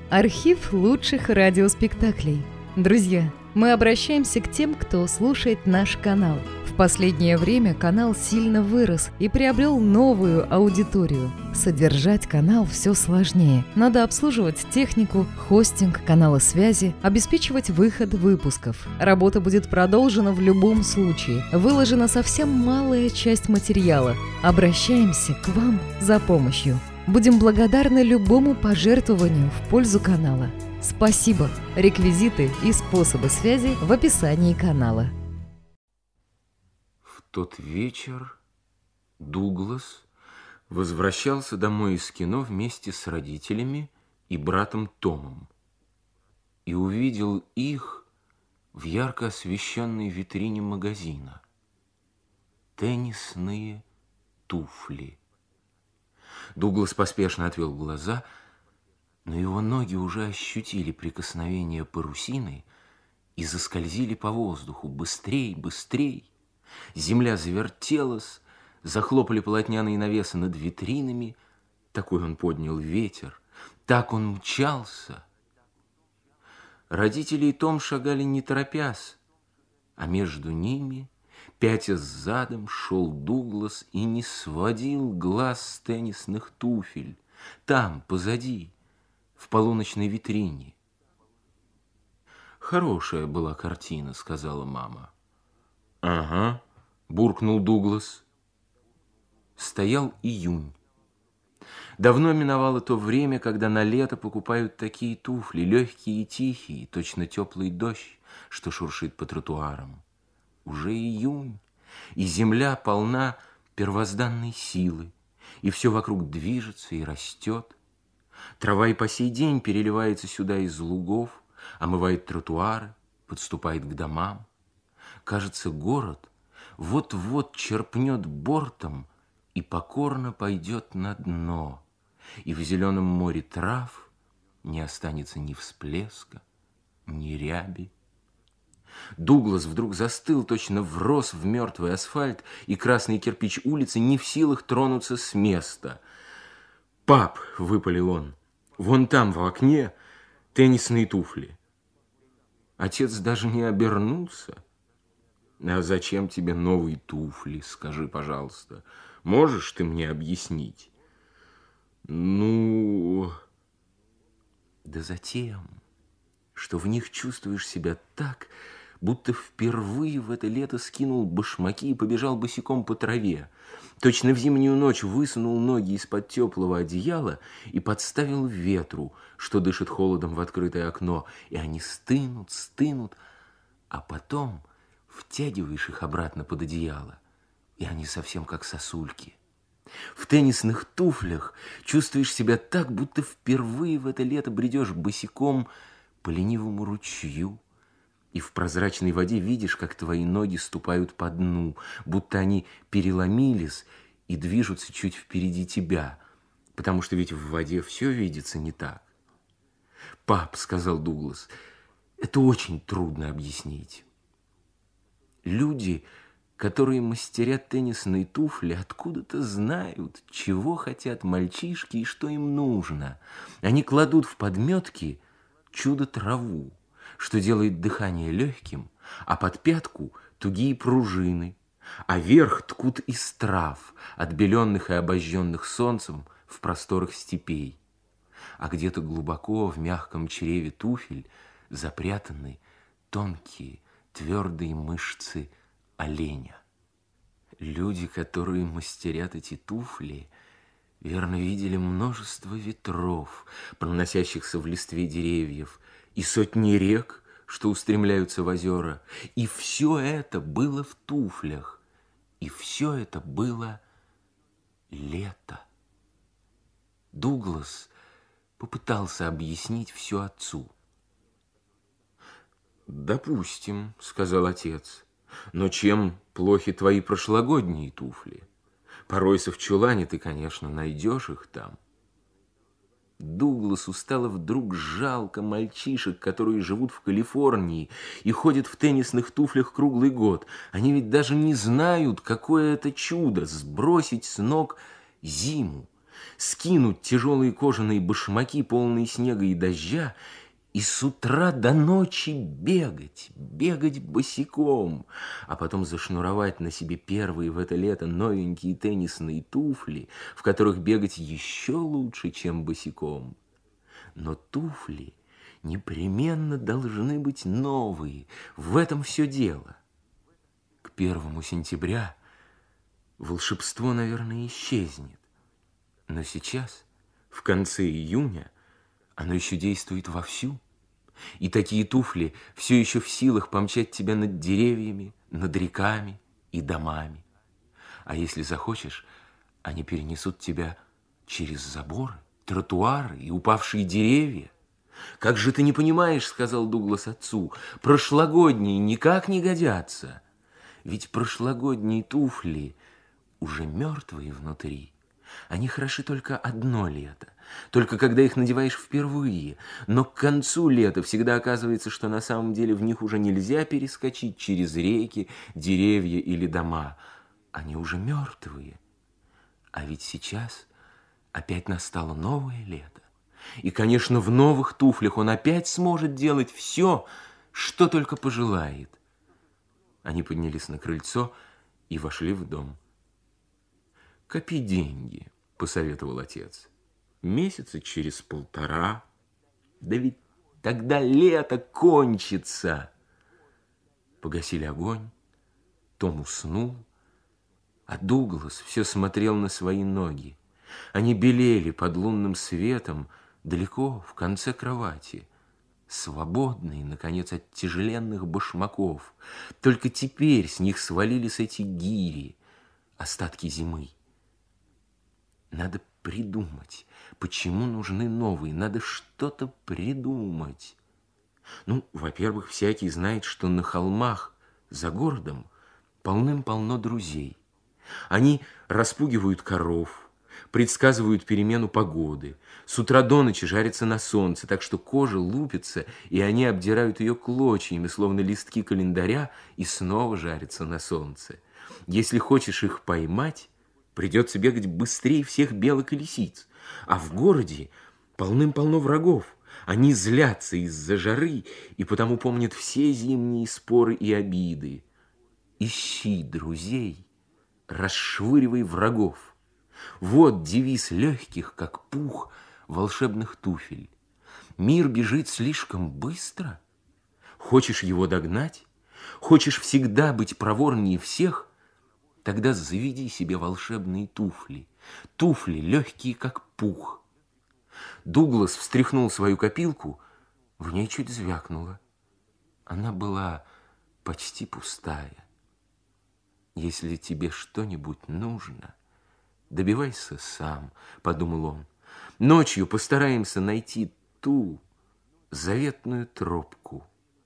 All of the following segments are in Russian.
Архив лучших радиоспектаклей. Друзья, мы обращаемся к тем, кто слушает наш канал. В последнее время канал сильно вырос и приобрел новую аудиторию. Содержать канал все сложнее. Надо обслуживать технику, хостинг, каналы связи, обеспечивать выход выпусков. Работа будет продолжена в любом случае. Выложена совсем малая часть материала. Обращаемся к вам за помощью. Будем благодарны любому пожертвованию в пользу канала. Спасибо! Реквизиты и способы связи в описании канала. В тот вечер Дуглас возвращался домой из кино вместе с родителями и братом Томом и увидел их в ярко освещенной витрине магазина. Теннисные туфли. Дуглас поспешно отвел глаза, но его ноги уже ощутили прикосновение парусины и заскользили по воздуху. Быстрей, быстрей. Земля завертелась, захлопали полотняные навесы над витринами. Такой он поднял ветер, так он мчался. Родители и Том шагали не торопясь, а между ними, пятясь задом, шел Дуглас и не сводил глаз с теннисных туфель. Там, позади, в полуночной витрине. «Хорошая была картина», — сказала мама. «Ага», — буркнул Дуглас. Стоял июнь. Давно миновало то время, когда на лето покупают такие туфли, легкие и тихие, точно теплый дождь, что шуршит по тротуарам. Уже июнь, и земля полна первозданной силы, и все вокруг движется и растет. Трава и по сей день переливается сюда из лугов, омывает тротуары, подступает к домам. Кажется, город вот-вот черпнет бортом и покорно пойдет на дно, и в зеленом море трав не останется ни всплеска, ни ряби. Дуглас вдруг застыл, точно врос в мертвый асфальт, и красный кирпич улицы не в силах тронуться с места. «Пап!» — выпалил он. «Вон там, в окне, теннисные туфли». Отец даже не обернулся. «А зачем тебе новые туфли, скажи, пожалуйста? Можешь ты мне объяснить?» «Ну...» «Да затем, что в них чувствуешь себя так, будто впервые в это лето скинул башмаки и побежал босиком по траве. Точно в зимнюю ночь высунул ноги из-под теплого одеяла и подставил ветру, что дышит холодом в открытое окно, и они стынут, стынут, а потом втягиваешь их обратно под одеяло, и они совсем как сосульки. В теннисных туфлях чувствуешь себя так, будто впервые в это лето бредешь босиком по ленивому ручью, и в прозрачной воде видишь, как твои ноги ступают по дну, будто они переломились и движутся чуть впереди тебя, потому что ведь в воде все видится не так. «Пап», — сказал Дуглас, — «это очень трудно объяснить. Люди, которые мастерят теннисные туфли, откуда-то знают, чего хотят мальчишки и что им нужно. Они кладут в подметки чудо-траву, что делает дыхание легким, а под пятку тугие пружины, а верх ткут из трав, отбеленных и обожженных солнцем в просторах степей. А где-то глубоко в мягком чреве туфель запрятаны тонкие, твердые мышцы оленя. Люди, которые мастерят эти туфли, верно видели множество ветров, проносящихся в листве деревьев, и сотни рек, что устремляются в озера. И все это было в туфлях, и все это было лето. Дуглас попытался объяснить все отцу. «Допустим», — сказал отец, — «но чем плохи твои прошлогодние туфли? Поройся в чулане, ты, конечно, найдешь их там». Дугласу стало вдруг жалко мальчишек, которые живут в Калифорнии и ходят в теннисных туфлях круглый год. Они ведь даже не знают, какое это чудо — сбросить с ног зиму, скинуть тяжелые кожаные башмаки, полные снега и дождя, и с утра до ночи бегать босиком, а потом зашнуровать на себе первые в это лето новенькие теннисные туфли, в которых бегать еще лучше, чем босиком. Но туфли непременно должны быть новые, в этом все дело. К 1 сентября волшебство, наверное, исчезнет, но сейчас, в конце июня, оно еще действует вовсю. И такие туфли все еще в силах помчать тебя над деревьями, над реками и домами. А если захочешь, они перенесут тебя через заборы, тротуары и упавшие деревья. «Как же ты не понимаешь, — сказал Дуглас отцу, — прошлогодние никак не годятся. Ведь прошлогодние туфли уже мертвые внутри. Они хороши только одно лето, только когда их надеваешь впервые, но к концу лета всегда оказывается, что на самом деле в них уже нельзя перескочить через реки, деревья или дома. Они уже мертвые. А ведь сейчас опять настало новое лето. И, конечно, в новых туфлях он опять сможет делать все, что только пожелает». Они поднялись на крыльцо и вошли в дом. «Копи деньги, — посоветовал отец, — месяца через 1,5. Да ведь тогда лето кончится». Погасили огонь, Том уснул, а Дуглас все смотрел на свои ноги. Они белели под лунным светом далеко в конце кровати, свободные, наконец, от тяжеленных башмаков. Только теперь с них свалились эти гири, остатки зимы. Надо придумать, почему нужны новые, надо что-то придумать. Ну, во-первых, всякий знает, что на холмах за городом полным-полно друзей. Они распугивают коров, предсказывают перемену погоды, с утра до ночи жарятся на солнце, так что кожа лупится, и они обдирают ее клочьями, словно листки календаря, и снова жарятся на солнце. Если хочешь их поймать, придется бегать быстрее всех белок и лисиц. А в городе полным-полно врагов. Они злятся из-за жары и потому помнят все зимние споры и обиды. Ищи друзей, расшвыривай врагов. Вот девиз легких, как пух, волшебных туфель. Мир бежит слишком быстро. Хочешь его догнать? Хочешь всегда быть проворнее всех? Тогда заведи себе волшебные туфли. Туфли легкие, как пух. Дуглас встряхнул свою копилку, в ней чуть звякнуло. Она была почти пустая. «Если тебе что-нибудь нужно, добивайся сам», — подумал он. «Ночью постараемся найти ту заветную тропку».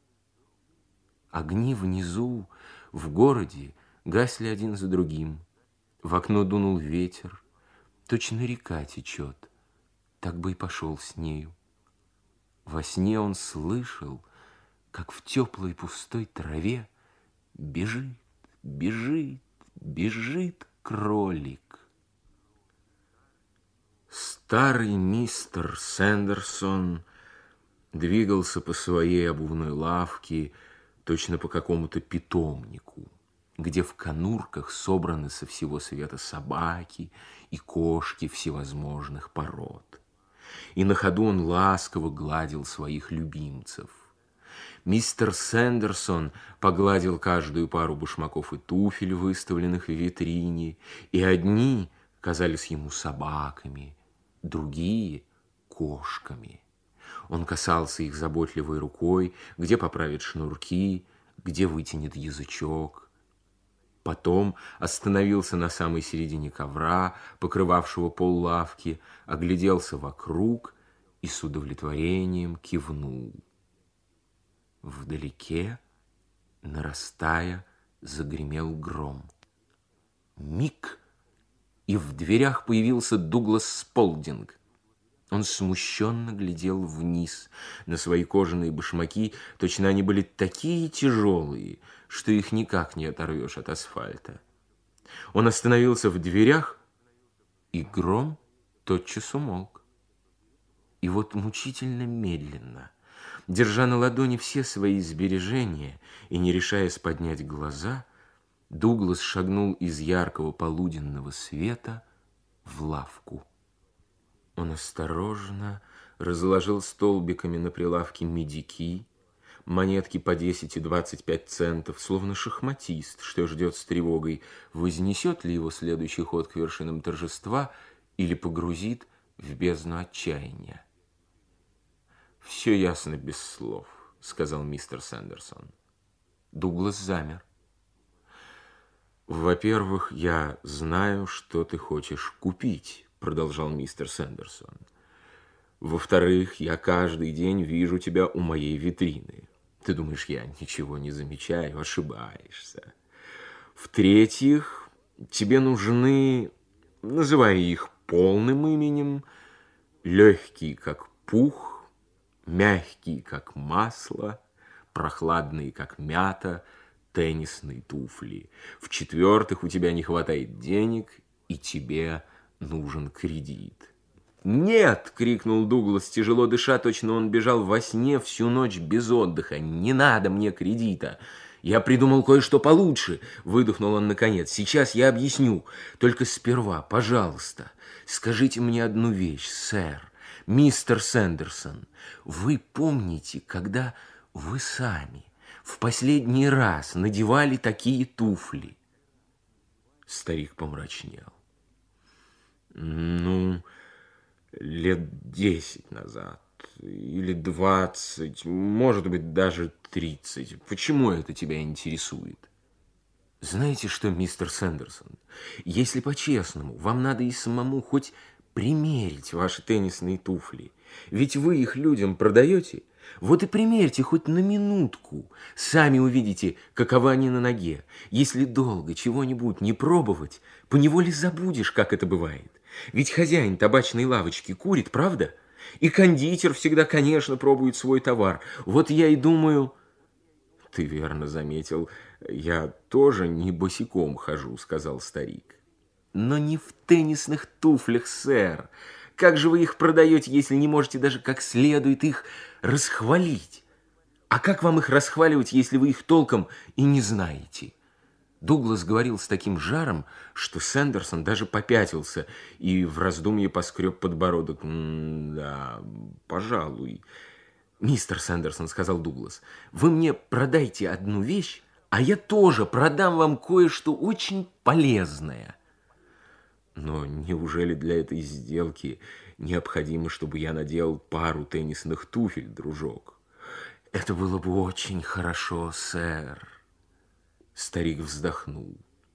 Огни внизу, в городе, гасли один за другим. В окно дунул ветер, точно река течет, так бы и пошел с нею. Во сне он слышал, как в теплой пустой траве бежит, бежит, бежит кролик. Старый мистер Сэндерсон двигался по своей обувной лавке, точно по какому-то питомнику, где в конурках собраны со всего света собаки и кошки всевозможных пород. И на ходу он ласково гладил своих любимцев. Мистер Сэндерсон погладил каждую пару башмаков и туфель, выставленных в витрине, и одни казались ему собаками, другие — кошками. Он касался их заботливой рукой, где поправит шнурки, где вытянет язычок. Потом остановился на самой середине ковра, покрывавшего пол лавки, огляделся вокруг и с удовлетворением кивнул. Вдалеке, нарастая, загремел гром. Миг, и в дверях появился Дуглас Сполдинг. Он смущенно глядел вниз на свои кожаные башмаки, точно они были такие тяжелые, что их никак не оторвешь от асфальта. Он остановился в дверях, и гром тотчас умолк. И вот мучительно медленно, держа на ладони все свои сбережения и не решаясь поднять глаза, Дуглас шагнул из яркого полуденного света в лавку. Он осторожно разложил столбиками на прилавке медики, монетки по 10 и 25 центов, словно шахматист, что ждет с тревогой, вознесет ли его следующий ход к вершинам торжества или погрузит в бездну отчаяния. «Все ясно без слов», — сказал мистер Сэндерсон. Дуглас замер. «Во-первых, я знаю, что ты хочешь купить», — продолжал мистер Сэндерсон. «Во-вторых, я каждый день вижу тебя у моей витрины. Ты думаешь, я ничего не замечаю, ошибаешься. В-третьих, тебе нужны, называя их полным именем, легкие, как пух, мягкие, как масло, прохладные, как мята, теннисные туфли. В-четвертых, у тебя не хватает денег, и тебе нужен кредит». «Нет!» — крикнул Дуглас, тяжело дыша, точно он бежал во сне всю ночь без отдыха. «Не надо мне кредита! Я придумал кое-что получше!» — выдохнул он наконец. «Сейчас я объясню. Только сперва, пожалуйста, скажите мне одну вещь, сэр, мистер Сэндерсон. Вы помните, когда вы сами в последний раз надевали такие туфли?» Старик помрачнел. «Ну, лет 10 назад, или 20, может быть, даже 30. Почему это тебя интересует?» «Знаете что, мистер Сэндерсон, если по-честному, вам надо и самому хоть примерить ваши теннисные туфли. Ведь вы их людям продаете. Вот и примерьте хоть на минутку. Сами увидите, какова они на ноге. Если долго чего-нибудь не пробовать, поневоле забудешь, как это бывает. Ведь хозяин табачной лавочки курит, правда? И кондитер всегда, конечно, пробует свой товар. Вот я и думаю...» «Ты верно заметил, я тоже не босиком хожу», — сказал старик. «Но не в теннисных туфлях, сэр. Как же вы их продаете, если не можете даже как следует их расхвалить? А как вам их расхваливать, если вы их толком и не знаете?» Дуглас говорил с таким жаром, что Сэндерсон даже попятился и в раздумье поскреб подбородок. «Да, пожалуй». «Мистер Сэндерсон, — сказал Дуглас, — вы мне продайте одну вещь, а я тоже продам вам кое-что очень полезное». «Но неужели для этой сделки необходимо, чтобы я надел пару теннисных туфель, дружок?» «Это было бы очень хорошо, сэр». Старик вздохнул.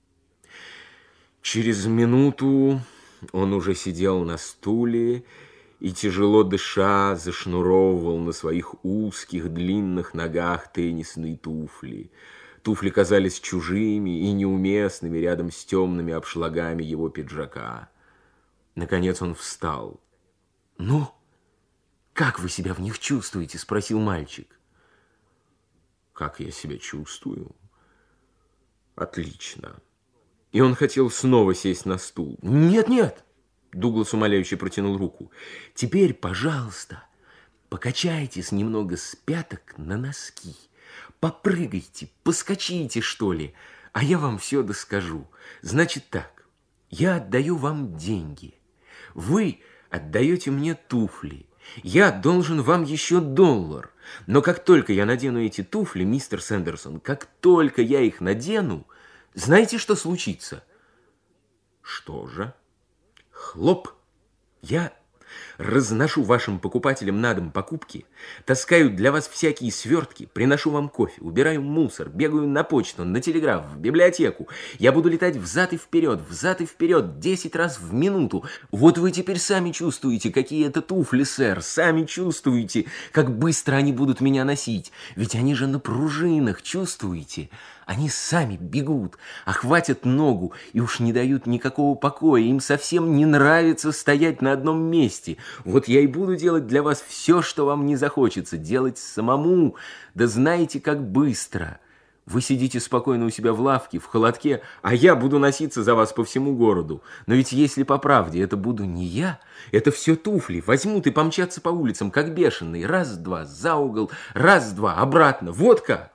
Через минуту он уже сидел на стуле и, тяжело дыша, зашнуровывал на своих узких длинных ногах теннисные туфли. Туфли казались чужими и неуместными рядом с темными обшлагами его пиджака. Наконец он встал. «Ну, как вы себя в них чувствуете?» — спросил мальчик. «Как я себя чувствую? Отлично». И он хотел снова сесть на стул. «Нет-нет!» — Дуглас умоляюще протянул руку. «Теперь, пожалуйста, покачайтесь немного с пяток на носки. Попрыгайте, поскочите, что ли, а я вам все доскажу. Значит так, я отдаю вам деньги. Вы отдаете мне туфли. Я должен вам еще $1. Но как только я надену эти туфли, мистер Сэндерсон, как только я их надену, знаете, что случится?» «Что же?» «Хлоп! Я разношу вашим покупателям на дом покупки, таскаю для вас всякие свертки, приношу вам кофе, убираю мусор, бегаю на почту, на телеграф, в библиотеку. Я буду летать взад и вперед 10 раз в минуту. Вот вы теперь сами чувствуете, какие это туфли, сэр, сами чувствуете, как быстро они будут меня носить. Ведь они же на пружинах, чувствуете? Они сами бегут, охватят ногу и уж не дают никакого покоя. Им совсем не нравится стоять на одном месте. Вот я и буду делать для вас все, что вам не захочется. Делать самому. Да знаете, как быстро. Вы сидите спокойно у себя в лавке, в холодке, а я буду носиться за вас по всему городу. Но ведь если по правде это буду не я, это все туфли. Возьмут и помчатся по улицам, как бешеные. Раз-два, за угол, раз-два, обратно. Вот как!»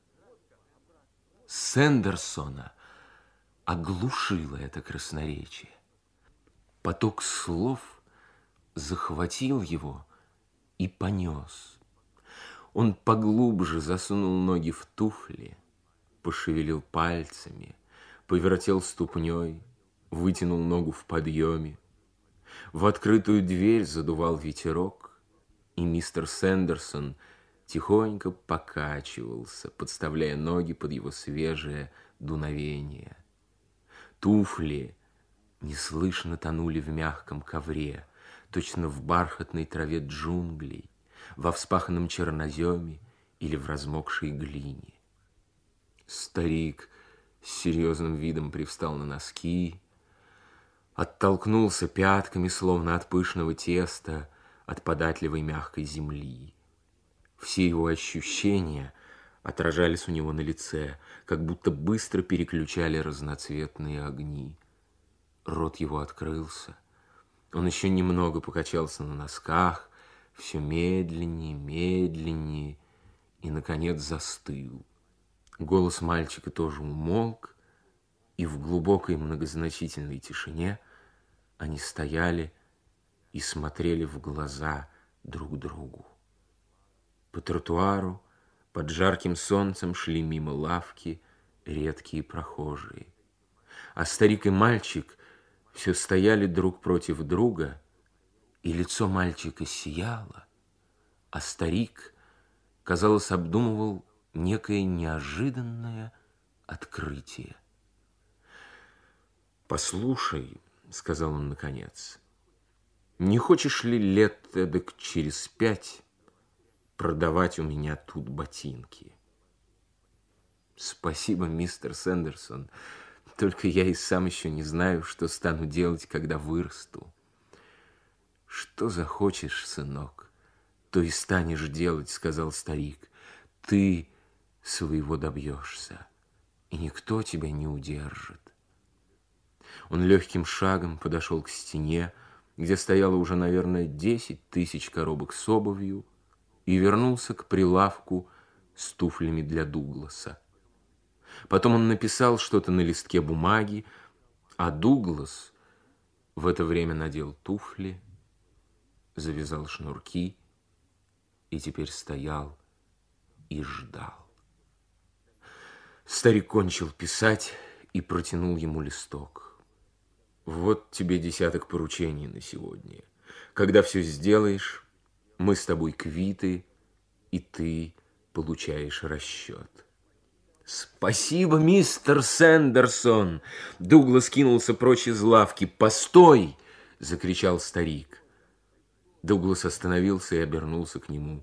Сэндерсона оглушило это красноречие. Поток слов захватил его и понес. Он поглубже засунул ноги в туфли, пошевелил пальцами, повертел ступней, вытянул ногу в подъеме. В открытую дверь задувал ветерок, и мистер Сэндерсон тихонько покачивался, подставляя ноги под его свежее дуновение. Туфли неслышно тонули в мягком ковре, точно в бархатной траве джунглей, во вспаханном черноземе или в размокшей глине. Старик с серьезным видом привстал на носки, оттолкнулся пятками, словно от пышного теста, от податливой мягкой земли. Все его ощущения отражались у него на лице, как будто быстро переключали разноцветные огни. Рот его открылся. Он еще немного покачался на носках, все медленнее, медленнее, и, наконец, застыл. Голос мальчика тоже умолк, и в глубокой многозначительной тишине они стояли и смотрели в глаза друг другу. По тротуару под жарким солнцем шли мимо лавки редкие прохожие. А старик и мальчик все стояли друг против друга, и лицо мальчика сияло, а старик, казалось, обдумывал некое неожиданное открытие. «Послушай», — сказал он наконец, — «не хочешь ли лет эдак через 5 продавать у меня тут ботинки?» «Спасибо, мистер Сэндерсон, только я и сам еще не знаю, что стану делать, когда вырасту». «Что захочешь, сынок, то и станешь делать», — сказал старик. «Ты своего добьешься, и никто тебя не удержит». Он легким шагом подошел к стене, где стояло уже, наверное, 10 тысяч коробок с обувью, и вернулся к прилавку с туфлями для Дугласа. Потом он написал что-то на листке бумаги, а Дуглас в это время надел туфли, завязал шнурки и теперь стоял и ждал. Старик кончил писать и протянул ему листок. «Вот тебе 10 поручений на сегодня. Когда все сделаешь, мы с тобой квиты, и ты получаешь расчет». «Спасибо, мистер Сэндерсон!» Дуглас кинулся прочь из лавки. «Постой!» — закричал старик. Дуглас остановился и обернулся к нему.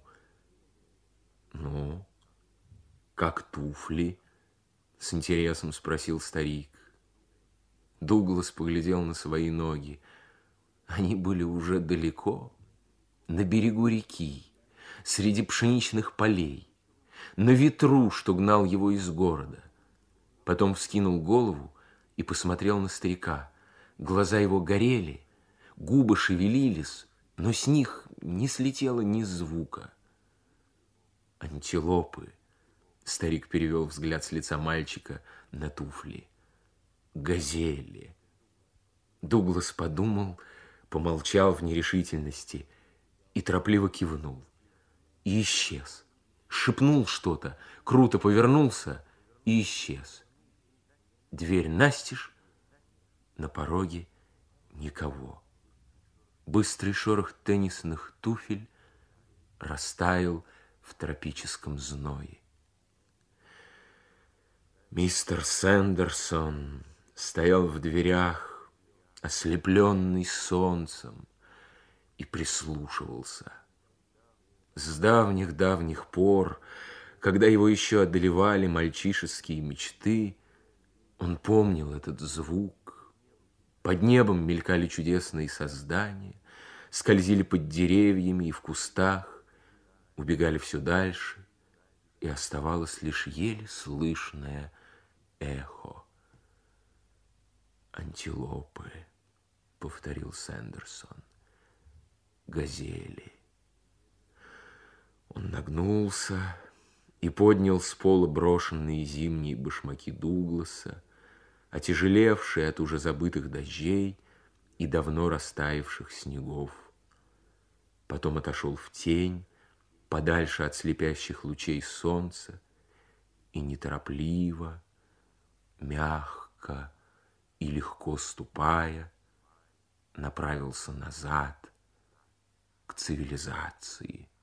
«Ну, как туфли?» — с интересом спросил старик. Дуглас поглядел на свои ноги. Они были уже далеко, на берегу реки, среди пшеничных полей, на ветру, что гнал его из города. Потом вскинул голову и посмотрел на старика. Глаза его горели, губы шевелились, но с них не слетело ни звука. «Антилопы», — старик перевел взгляд с лица мальчика на туфли. «Газели». Дуглас подумал, помолчал в нерешительности и торопливо кивнул. И исчез. Шепнул что-то, круто повернулся и исчез. Дверь настежь, на пороге никого. Быстрый шорох теннисных туфель растаял в тропическом зное. Мистер Сэндерсон стоял в дверях, ослепленный солнцем, и прислушивался. С давних-давних пор, когда его еще одолевали мальчишеские мечты, он помнил этот звук. Под небом мелькали чудесные создания, скользили под деревьями и в кустах, убегали все дальше, и оставалось лишь еле слышное эхо. «Антилопы», — повторил Сэндерсон, — «газели». Он нагнулся и поднял с пола брошенные зимние башмаки Дугласа, отяжелевшие от уже забытых дождей и давно растаявших снегов. Потом отошел в тень, подальше от слепящих лучей солнца, и неторопливо, мягко и легко ступая, направился назад к цивилизации.